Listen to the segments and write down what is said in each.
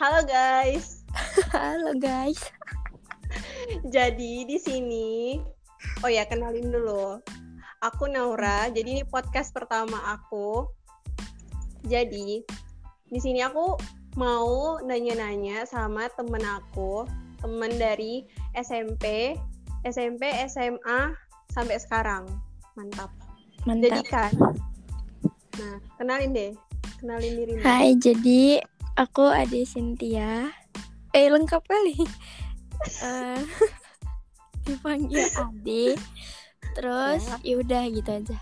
Halo guys. Halo guys. Jadi di sini, kenalin dulu. Aku Naura. Jadi ini podcast pertama aku. Jadi di sini aku mau nanya-nanya sama temen aku, temen dari SMP, SMA sampai sekarang. Mantap. Jadi kan, nah kenalin dirimu. Hai, jadi aku Ade Cynthia. Lengkap kali. Dipanggil Ade. Terus yaudah gitu aja.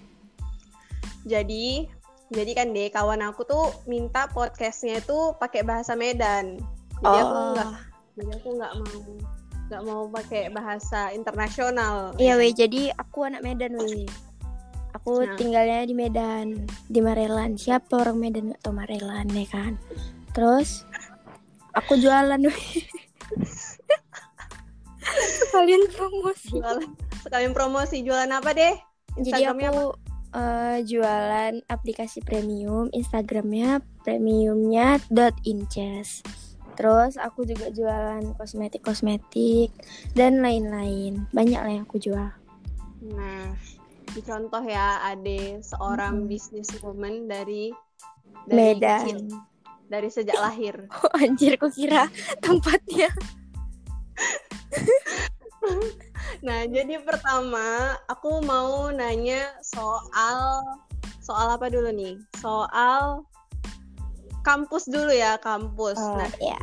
Jadi kan deh, kawan aku tuh minta podcastnya itu pakai bahasa Medan. Jadi aku nggak mau pakai bahasa internasional. Iya weh, jadi aku anak Medan weh. Aku tinggalnya di Medan, di Marelan. Siapa orang Medan nggak tahu Marelan ya kan? Terus aku jualan weh. Sekalian promosi. Jualan apa deh? Instagramnya jadi aku jualan aplikasi premium. Instagramnya premiumnya .inches. Terus aku juga jualan kosmetik dan lain-lain. Banyak lah yang aku jual. Nah, dicontoh ya, Ade seorang businesswoman dari Medan kecil, dari sejak lahir. Oh anjir, aku kira tempatnya. Nah, jadi pertama aku mau nanya soal apa dulu nih? Soal kampus dulu ya, kampus. Iya.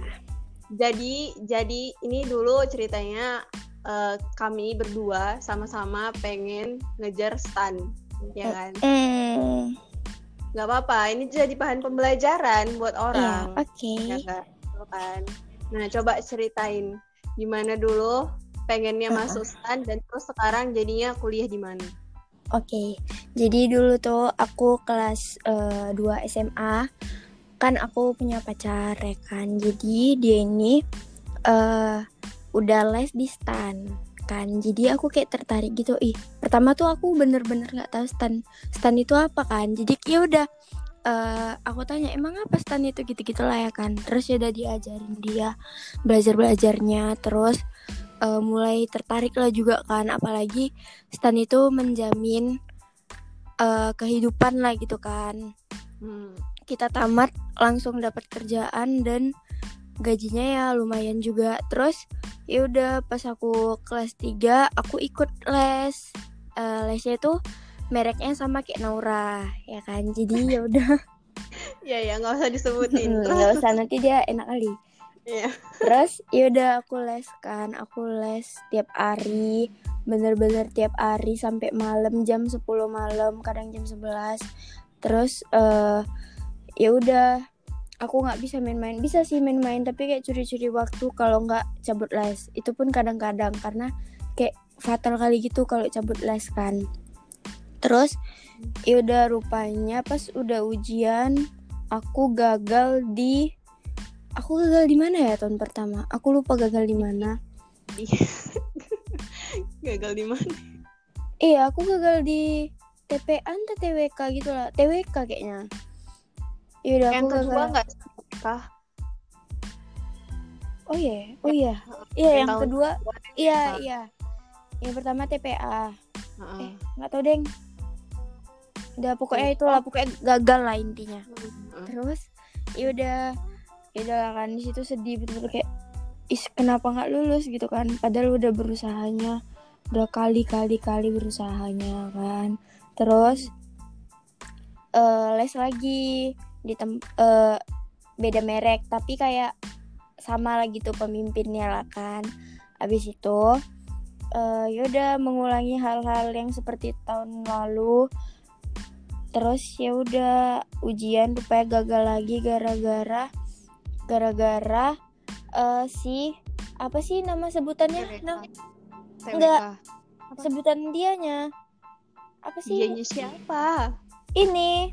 Jadi ini dulu ceritanya kami berdua sama-sama pengen ngejar stan, ya kan? Gak apa-apa, ini jadi bahan pembelajaran buat orang. Oke. Ya kan? Nah, coba ceritain gimana dulu pengennya masuk stan dan terus sekarang jadinya kuliah di mana? Oke. Jadi dulu tuh aku kelas 2 SMA. Kan aku punya pacar ya kan. Jadi dia ini udah les di stan kan. Jadi aku kayak tertarik gitu. Pertama tuh aku bener-bener nggak tahu stan itu apa kan. Jadi ya udah aku tanya emang apa stan itu gitu-gitu lah ya kan. Terus ya udah diajarin dia belajarnya. Terus mulai tertarik lah juga kan. Apalagi stan itu menjamin kehidupan lah gitu kan. Kita tamat langsung dapat kerjaan dan gajinya ya lumayan juga. Terus ya udah pas aku kelas 3 aku ikut les. Lesnya itu mereknya sama kayak Naura ya kan. Jadi ya udah. Ya enggak usah disebutin. Enggak usah, nanti dia enak kali. Iya. Terus ya udah aku les kan. Aku les tiap hari. Bener-bener tiap hari sampai malam jam 10 malam, kadang jam 11. Terus ya udah aku nggak bisa main-main. Bisa sih main-main tapi kayak curi-curi waktu kalau nggak cabut les. Itu pun kadang-kadang karena kayak fatal kali gitu kalau cabut les kan. Terus ya udah rupanya pas udah ujian aku gagal di mana ya tahun pertama? Aku lupa gagal di mana. Gagal di mana? Iya, aku gagal di TPA atau TWK gitu lah. TWK kayaknya. Yaudah, yang aku kedua gagal. nggak kah? Oh iya. Iya, yang kedua. Iya. Yang pertama TPA. Nggak tahu deng. Udah pokoknya itulah, pokoknya gagal lah intinya. Terus yaudah kan di situ sedih betul-betul kayak kenapa nggak lulus gitu kan? Padahal udah berusahanya, udah kali berusahanya kan. Terus les lagi di beda merek tapi kayak sama lah gitu pemimpinnya lah kan. Abis itu yaudah mengulangi hal-hal yang seperti tahun lalu. Terus ya udah ujian rupanya gagal lagi gara-gara si apa sih nama sebutannya? Enggak. Sebutan dianya. Apa sih? Dianya siapa? Ini.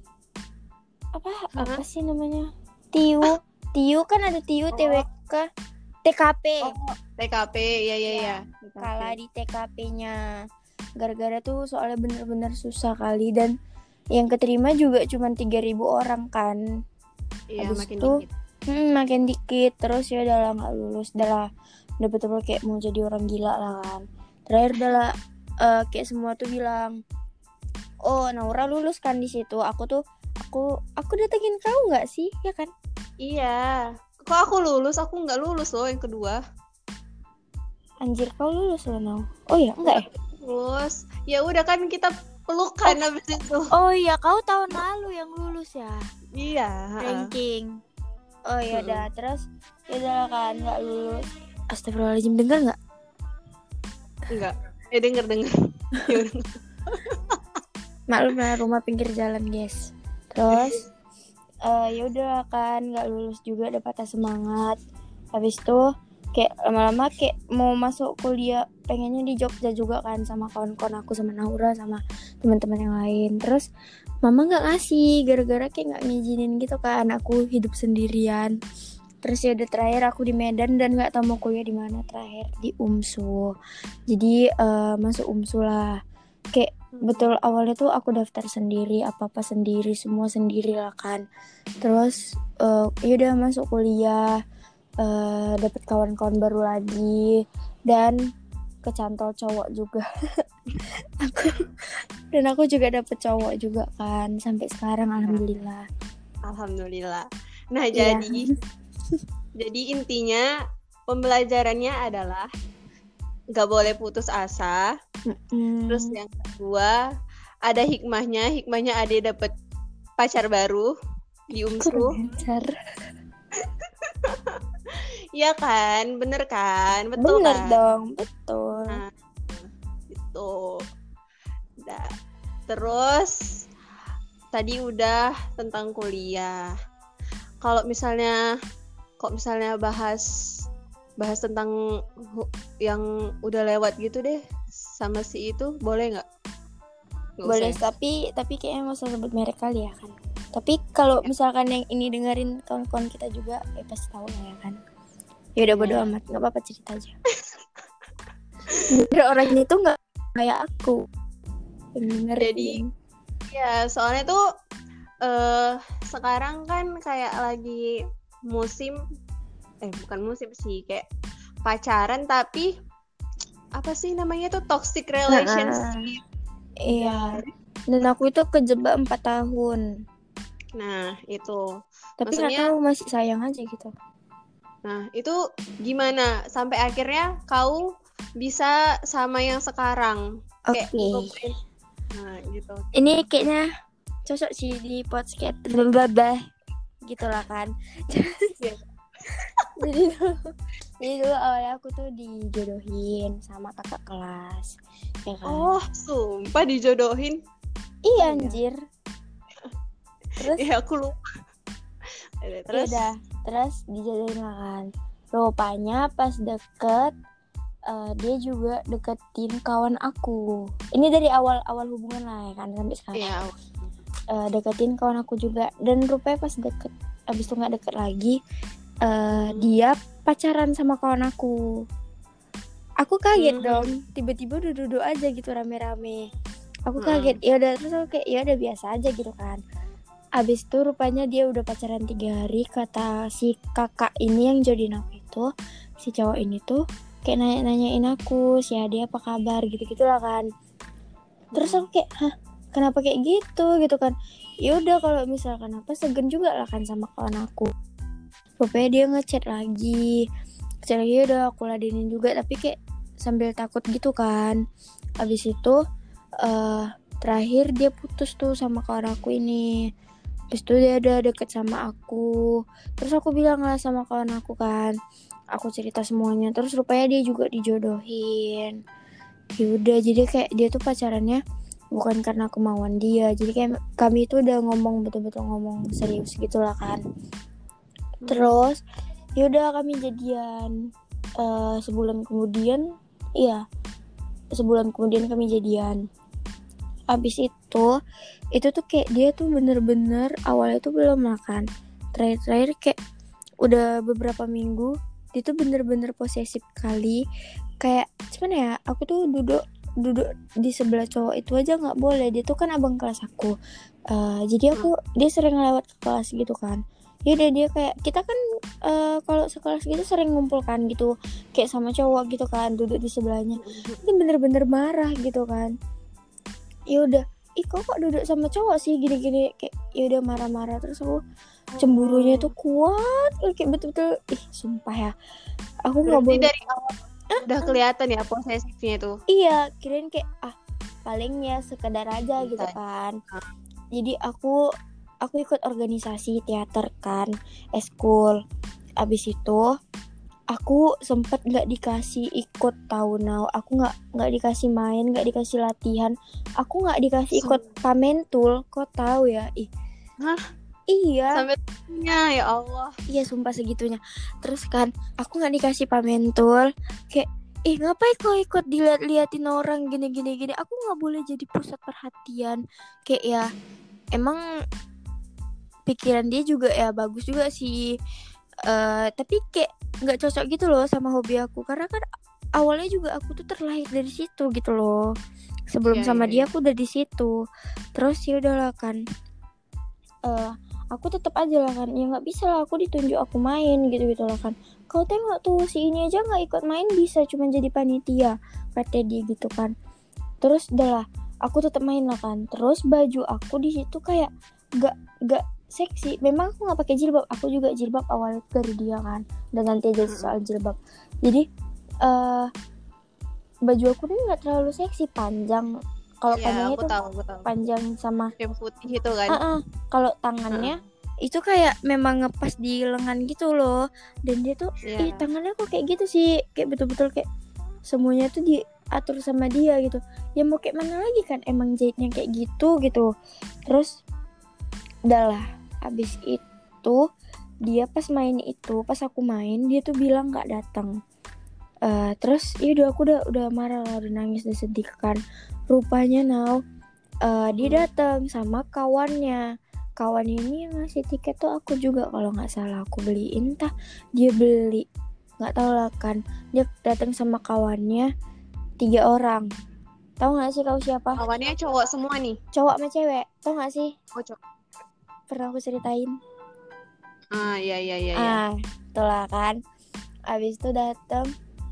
Apa sih namanya? TIU kan ada TIU, TWK, TKP. TKP, ya. Kalah di TKP-nya. Gara-gara tuh soalnya bener-bener susah kali dan yang keterima juga cuma 3.000 orang kan. Iya, habis makin itu dikit. makin dikit. Terus ya udah nggak lulus, udah betul-betul kayak mau jadi orang gila lah kan. Terakhir udah kayak semua tuh bilang, oh Naura lulus kan di situ. Aku datengin kau nggak sih, ya kan? Iya. Kok aku lulus? Aku nggak lulus loh yang kedua. Anjir, kau lulus loh, Nau. Oh ya, enggak ya? Lulus. Ya udah kan kita pelukan habis itu. Oh iya, kau tahun lalu yang lulus ya? Iya. Ranking. Oh ya udah, terus ya udah kan nggak lulus. Astagfirullahaladzim, dengar nggak? Enggak. Denger. Maklum lah, rumah pinggir jalan guys. Terus ya udah kan nggak lulus juga, udah patah semangat. Habis itu kayak lama-lama kayak mau masuk kuliah, pengennya di Jogja juga kan sama kawan-kawan aku, sama Naura, sama teman-teman yang lain. Terus mama nggak ngasih, gara-gara kayak nggak ngizinin gitu kan, aku hidup sendirian. Terus ya udah terakhir aku di Medan dan nggak tahu mau kuliah di mana, terakhir di UMSU. Jadi masuk UMSU lah. Kayak betul awalnya tuh aku daftar sendiri, apa-apa sendiri, semua sendiri lah kan. Terus ya udah masuk kuliah, dapet kawan-kawan baru lagi dan kecantol cowok juga. aku juga dapet cowok juga kan sampai sekarang, alhamdulillah. Nah iya. jadi intinya pembelajarannya adalah nggak boleh putus asa. Terus yang kedua ada hikmahnya Ade dapet pacar baru di UMSU. Iya kan, bener kan, betul bener kan? Dong, betul. Nah, itu. Nah, terus tadi udah tentang kuliah. Kalau misalnya bahas tentang yang udah lewat gitu deh sama si itu, boleh nggak? Boleh, tapi kayaknya nggak usah sebut merek kali ya kan. Tapi kalau misalkan yang ini dengerin kawan-kawan kita juga, pasti tahu lah ya kan. Ya udah bodo amat, nggak apa-apa, cerita aja. Orang itu nggak kayak aku. Bener. Jadi ya soalnya tuh sekarang kan kayak lagi bukan musim sih, kayak pacaran tapi apa sih namanya tuh, toxic relationship. Iya. Dan aku itu kejebak 4 tahun. Nah itu. Tapi nggak tahu, masih sayang aja gitu. Nah itu gimana sampai akhirnya kau bisa sama yang sekarang? Oke. Nah gitu. Ini kayaknya cocok sih di podcast gitu lah kan. Jadi dulu awalnya aku tuh dijodohin sama kakak kelas, ya kan? Oh, sumpah dijodohin? Iya anjir. Terus? Ya aku lupa. Terus dijodohin lah kan. Rupanya pas deket, dia juga deketin kawan aku. Ini dari awal hubungan lah ya kan, sampai sekarang. Iya. Deketin kawan aku juga. Dan rupanya pas deket, abis itu nggak deket lagi, dia pacaran sama kawan aku. Aku kaget dong, tiba-tiba duduk aja gitu rame-rame. Aku kaget. Ya udah, terus aku kayak ya udah biasa aja gitu kan. Abis itu rupanya dia udah pacaran 3 hari. Kata si kakak ini yang jodohin aku itu, si cowok ini tuh kayak nanyain aku, si Ade apa kabar gitu-gitulah kan. Terus aku kayak, hah, kenapa kayak gitu kan. Ya udah kalau misalkan apa, segen juga lah kan sama kawan aku. Rupanya dia ngechat lagi udah aku ladenin juga, tapi kayak sambil takut gitu kan. Abis itu terakhir dia putus tuh sama kawan aku ini. Abis itu dia udah deket sama aku. Terus aku bilang lah sama kawan aku kan, aku cerita semuanya. Terus rupanya dia juga dijodohin. Yaudah, jadi kayak dia tuh pacarannya bukan karena kemauan dia. Jadi kayak kami tuh udah ngomong betul-betul ngomong serius gitu lah kan. Terus yaudah kami jadian. Sebulan kemudian kami jadian. Abis itu tuh kayak dia tuh bener-bener awalnya tuh belum makan. Terakhir kayak udah beberapa minggu dia tuh bener-bener posesif kali. Kayak gimana ya, aku tuh duduk di sebelah cowok itu aja nggak boleh. Dia tuh kan abang kelas aku. Jadi dia sering lewat ke kelas gitu kan. Ya udah dia kayak kita kan kalau sekelas gitu sering ngumpulkan gitu kayak sama cowok gitu kan duduk di sebelahnya. Itu bener-bener marah gitu kan. Ya udah, ih kok duduk sama cowok sih gini-gini kayak ya udah marah-marah terus aku cemburunya tuh kuat kayak betul-betul sumpah ya. Aku nggak boleh. Dari awal udah kelihatan ya posesifnya tuh. Iya, kirain kayak paling ya sekedar aja gitu kan. Jadi aku ikut organisasi teater kan, eskul. Abis itu aku sempet nggak dikasih ikut taunau, aku nggak dikasih main, nggak dikasih latihan, aku nggak dikasih ikut pamentul. Kok tahu ya? Hah? Iya. Sampai segitunya ya Allah. Iya sumpah segitunya. Terus kan aku nggak dikasih pamentul, kayak ngapain kok ikut dilihat-liatin orang gini. Aku nggak boleh jadi pusat perhatian. Kayak ya emang pikiran dia juga ya bagus juga sih. Tapi kayak nggak cocok gitu loh sama hobi aku karena kan awalnya juga aku tuh terlahir dari situ gitu loh. Sebelum sama dia aku udah di situ. Terus ya udahlah kan. Aku tetap aja lah kan, ya nggak bisa lah aku ditunjuk aku main gitu lah kan. Kau tengok tuh si ini aja nggak ikut main bisa cuma jadi panitia kata dia gitu kan. Terus udahlah aku tetap main lah kan. Terus baju aku di situ kayak nggak seksi. Memang aku nggak pakai jilbab, aku juga jilbab awalnya dari dia kan. Dan nanti aja soal jilbab. Jadi baju aku tuh nggak terlalu seksi, panjang. Kalau panjangnya tuh tahu. Panjang sama yang putih itu kan. Kalau tangannya itu kayak memang ngepas di lengan gitu loh. Dan dia tuh tangannya kok kayak gitu sih, kayak betul-betul kayak semuanya tuh diatur sama dia gitu. Ya mau kayak mana lagi kan, emang jahitnya kayak gitu. Terus udahlah, abis itu dia pas aku main dia tuh bilang nggak datang. Terus ya aku udah marah lah, udah nangis, udah sedih kan. Rupanya dia datang sama kawannya. Kawan ini yang ngasih tiket tuh aku juga kalau nggak salah, aku beliin, entah dia beli, nggak tahu lah kan. Dia datang sama kawannya 3 orang. Tahu nggak sih kau siapa? Kawannya cowok semua nih. Cowok sama cewek. Tahu nggak sih? Cowok. Pernah aku ceritain. Iya. Itulah kan. Abis itu datang.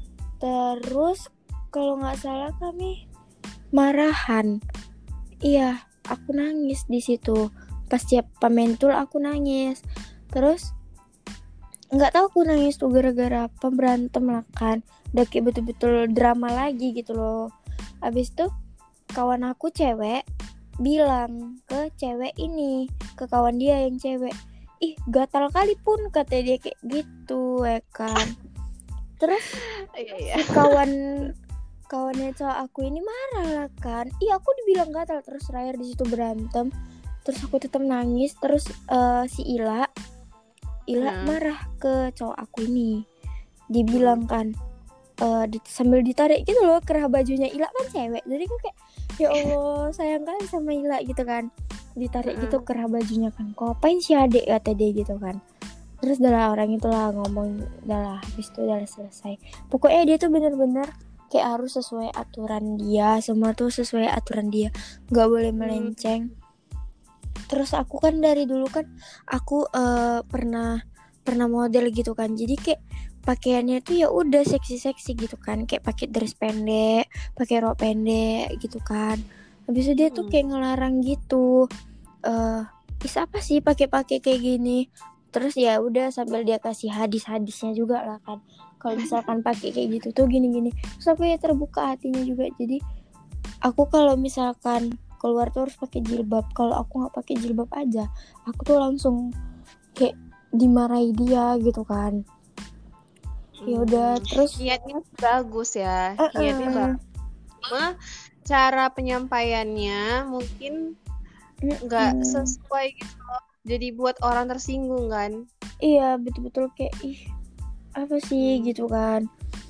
Terus kalau nggak salah kami marahan. Iya, aku nangis di situ. Pas siap pamentul aku nangis. Terus nggak tahu aku nangis tuh gara-gara apa, berantem lah kan. Udah kayak betul-betul drama lagi gitu loh. Abis itu kawan aku cewek bilang ke cewek ini, ke kawan dia yang cewek, gatal kali pun kata dia kayak gitu ya kan. Terus si kawannya cowok aku ini marah lah kan. Aku dibilang gatal, terus terakhir di situ berantem. Terus aku tetap nangis. Terus si Ila marah ke cowok aku ini. Dibilang kan sambil ditarik gitu loh kerah bajunya. Ila kan cewek, jadi aku kayak ya Allah sayang kali sama Ila gitu kan. Ditarik gitu kerah bajunya kan. Kok apain si adek kata dia gitu kan. Terus udah orang itulah ngomong, udah habis itu udah selesai. Pokoknya dia tuh bener-bener kayak harus sesuai aturan dia, semua tuh sesuai aturan dia, nggak boleh melenceng. Terus aku kan dari dulu kan aku pernah model gitu kan, jadi kayak pakaiannya tuh ya udah seksi gitu kan, kayak pakai dress pendek, pakai rok pendek gitu kan. Habis itu dia tuh kayak ngelarang gitu, bisa apa sih pakai kayak gini. Terus ya udah sambil dia kasih hadisnya juga lah kan. Kalau misalkan pakai kayak gitu tuh gini-gini. Terus aku ya terbuka hatinya juga. Jadi aku kalau misalkan keluar tuh harus pakai jilbab. Kalau aku nggak pakai jilbab aja, aku tuh langsung kayak dimarahi dia gitu kan. Ya udah, terus niatnya bagus ya. Niatnya bagus. Cuma cara penyampaiannya mungkin nggak sesuai gitu loh. Jadi buat orang tersinggung kan. Iya betul-betul kayak apa sih gitu kan.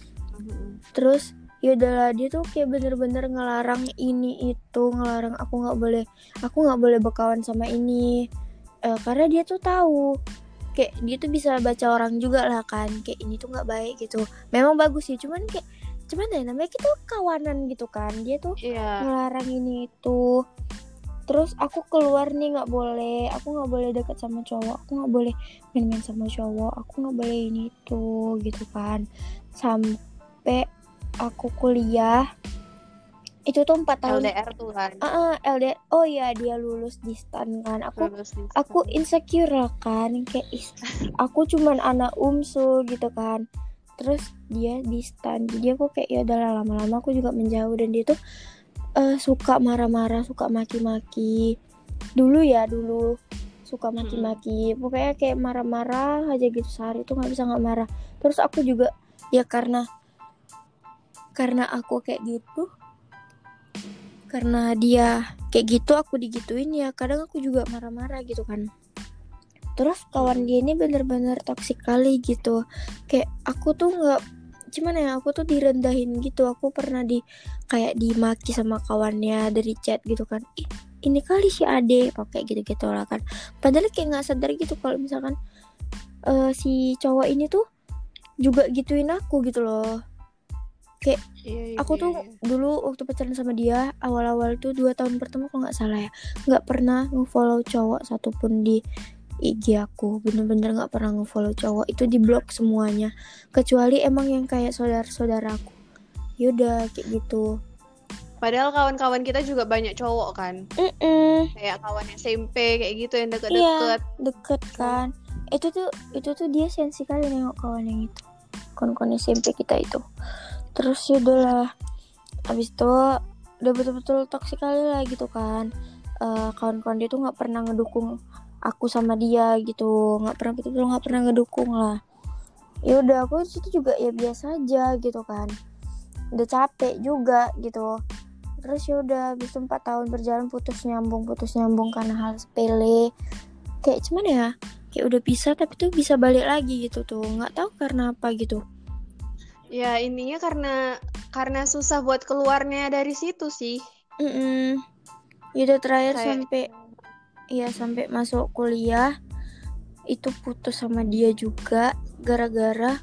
Terus ya udahlah, dia tuh kayak bener-bener ngelarang ini itu, ngelarang aku nggak boleh berkawan sama ini, karena dia tuh tahu kayak dia tuh bisa baca orang juga lah kan, kayak ini tuh nggak baik gitu. Memang bagus sih, cuman kayak namanya kita kawanan gitu kan. Dia tuh ngelarang ini itu. Terus aku keluar nih nggak boleh deket sama cowok, aku nggak boleh main-main sama cowok, aku nggak boleh ini tuh gitu kan. Sampai aku kuliah itu tuh 4 tahun LDR tuh kan. LDR. Oh ya, dia lulus di stan kan. Aku insecure lah kan, kayak aku cuman anak umsul gitu kan. Terus dia di stan, jadi aku kayak ya udah lama-lama aku juga menjauh. Dan dia tuh suka marah-marah, suka maki-maki. Dulu suka maki-maki. Pokoknya kayak marah-marah aja gitu, sehari tuh nggak bisa nggak marah. Terus aku juga ya karena aku kayak gitu, karena dia kayak gitu aku digituin ya, kadang aku juga marah-marah gitu kan. Terus kawan dia ini bener-bener toksik kali gitu. Kayak aku tuh nggak, gimana ya, aku tuh direndahin gitu. Aku pernah kayak dimaki sama kawannya dari chat gitu kan. Ini kali si Ade pakai gitu-gitu lah kan. Padahal kayak nggak sadar gitu kalau misalkan si cowok ini tuh juga gituin aku gitu loh. Kayak aku tuh dulu waktu pacaran sama dia awal-awal tuh 2 tahun pertama kalau nggak salah ya, nggak pernah nge-follow cowok satupun di IG aku, bener-bener nggak pernah nge-follow cowok, itu di blok semuanya kecuali emang yang kayak saudara-saudara aku. Yaudah kayak gitu. Padahal kawan-kawan kita juga banyak cowok kan. Kayak kawan SMP kayak gitu yang deket-deket. Iya, deket kan. Itu tuh dia sensi kali nengok kawan yang itu, kawan-kawan SMP kita itu. Terus yaudah, abis itu udah betul-betul toksik kali lah gitu kan. Kawan-kawan dia tuh nggak pernah ngedukung aku sama dia gitu, nggak pernah ngedukung lah. Ya udah aku situ juga ya biasa aja gitu kan, udah capek juga gitu. Terus ya udah habis 4 tahun berjalan putus nyambung karena hal sepele. Kayak cuman ya, kayak udah pisah tapi tuh bisa balik lagi gitu tuh, nggak tahu karena apa gitu. Ya intinya karena susah buat keluarnya dari situ sih. Udah terakhir sampai masuk kuliah itu putus sama dia juga gara-gara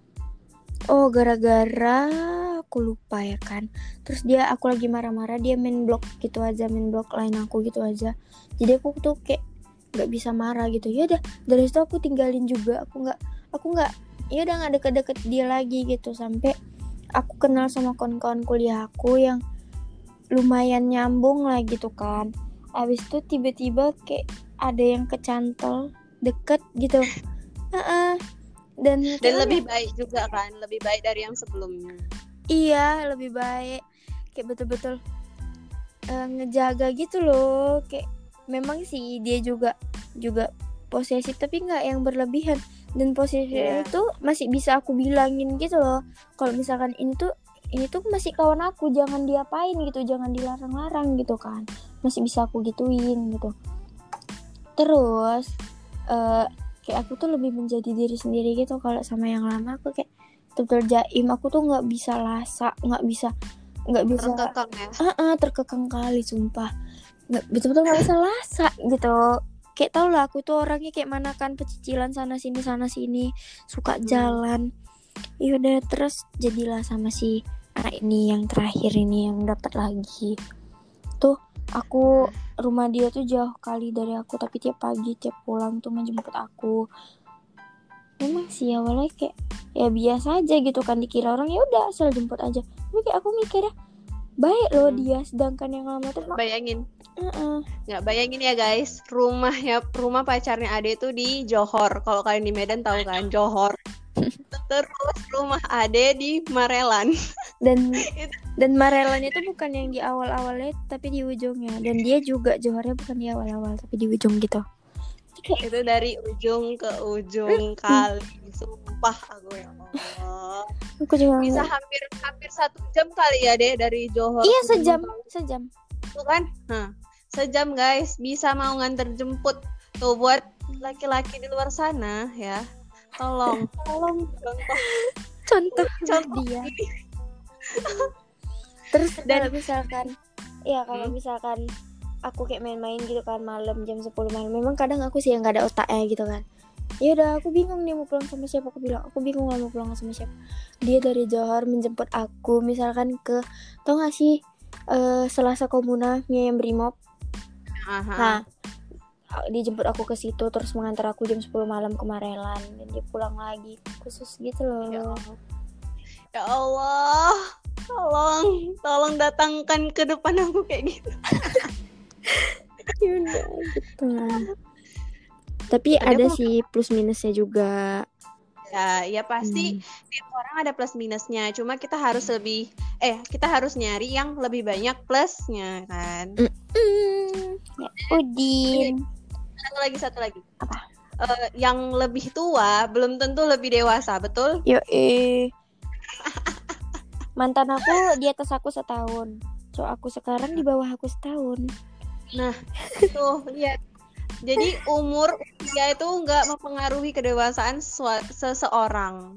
aku lupa ya kan. Terus aku lagi marah-marah, dia main blok line aku gitu aja. Jadi aku tuh kayak nggak bisa marah gitu. Ya udah dari situ aku tinggalin juga, aku nggak ya udah nggak deket-deket dia lagi gitu. Sampai aku kenal sama kawan-kawan kuliah aku yang lumayan nyambung lah gitu kan. Abis itu tiba-tiba kayak ada yang kecantol deket gitu. Dan lebih baik juga kan, lebih baik dari yang sebelumnya. Iya, lebih baik, kayak betul-betul ngejaga gitu loh. Kayak memang sih dia juga posesif tapi nggak yang berlebihan. Dan posesifnya itu masih bisa aku bilangin gitu loh, kalau misalkan ini tuh masih kawan aku, jangan diapain gitu, jangan dilarang-larang gitu kan, masih bisa aku gituin gitu. Terus kayak aku tuh lebih menjadi diri sendiri gitu. Kalau sama yang lama aku kayak betul jaim, aku tuh nggak bisa terkekang ya. Terkekang kali sumpah, betul-betul nggak bisa lasa gitu. Kayak tau lah aku tuh orangnya kayak mana kan, pecicilan sana sini suka jalan. Yaudah terus jadilah sama si anak ini yang terakhir ini yang dapat lagi tuh. Aku rumah dia tuh jauh kali dari aku, tapi tiap pagi tiap pulang tuh menjemput aku. Memang sih awalnya kayak ya biasa aja gitu kan, dikira orang ya udah asal jemput aja. Tapi kayak aku mikirnya baik loh dia, sedangkan yang lama tuh bayangin. Nggak bayangin ya guys, rumah pacarnya Ade tuh di Johor. Kalau kalian di Medan tahu kan Johor. Terus rumah Ade di Marelan. Dan Marelan itu bukan yang di awal-awalnya tapi di ujungnya. Dan dia juga Johornya bukan di awal-awal tapi di ujung gitu. Itu dari ujung ke ujung kali. Sumpah aku ya Allah. Aku juga bisa hampir 1 jam kali ya deh dari Johor. Iya, sejam. Tuh kan? Sejam guys, bisa mau nganter jemput. Tuh buat laki-laki di luar sana ya. Tolong contoh dia. Terus kalau misalkan aku kayak main-main gitu kan malam jam 10 malam, memang kadang aku sih yang nggak ada otaknya gitu kan. Ya udah aku bingung nih mau pulang sama siapa, aku bilang aku bingung lah mau pulang sama siapa. Dia dari Johor menjemput aku misalkan ke, tau gak sih Selasa Komuna yang Brimob. Nah, dia jemput aku ke situ terus mengantar aku jam 10 malam ke Marelan dan dia pulang lagi khusus gitu loh. Ya Allah, tolong datangkan ke depan aku kayak gitu. Yaudah gitu lah. Tapi ada sih plus minusnya juga. Ya pasti tiap orang ada plus minusnya. Cuma kita harus kita harus nyari yang lebih banyak plusnya kan. Ya, Udin. Satu lagi. Apa? Yang lebih tua belum tentu lebih dewasa, betul? Mantan aku di atas aku setahun. So aku sekarang di bawah aku setahun. Nah, tuh lihat. Jadi umur usia itu nggak mempengaruhi kedewasaan seseorang.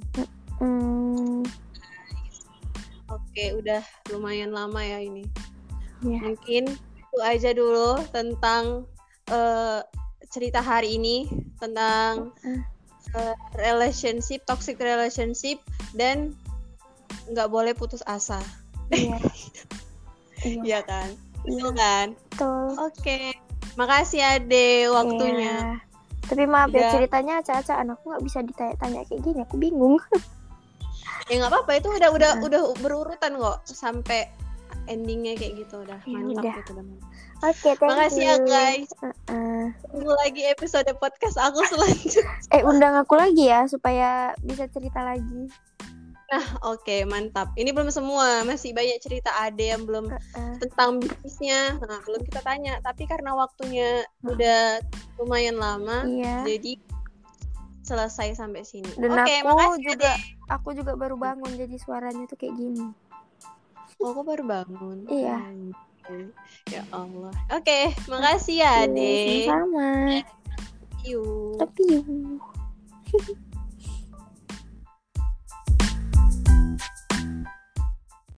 Oke, udah lumayan lama ya ini. Mungkin itu aja dulu tentang cerita hari ini tentang toxic relationship dan nggak boleh putus asa. Iya kan? Betul kan? Betul. Oke. Makasih Ade waktunya. Tapi maaf ya ceritanya acak-acakan, aku nggak bisa ditanya-tanya kayak gini, aku bingung. Ya nggak apa-apa, itu udah berurutan kok sampai endingnya kayak gitu udah mantap gitu. Oke, makasih ya guys. Tunggu lagi episode podcast aku selanjutnya. Undang aku lagi ya supaya bisa cerita lagi. Nah, oke, mantap. Ini belum semua, masih banyak cerita Ade yang belum tentang bisnisnya. Nah, belum kita tanya. Tapi karena waktunya udah lumayan lama, jadi selesai sampai sini. Dan aku juga baru bangun, jadi suaranya tuh kayak gini. Oh, kok baru bangun? Iya. Ya Allah. Oke, makasih ya Ade. Sama. Thank you. Tapi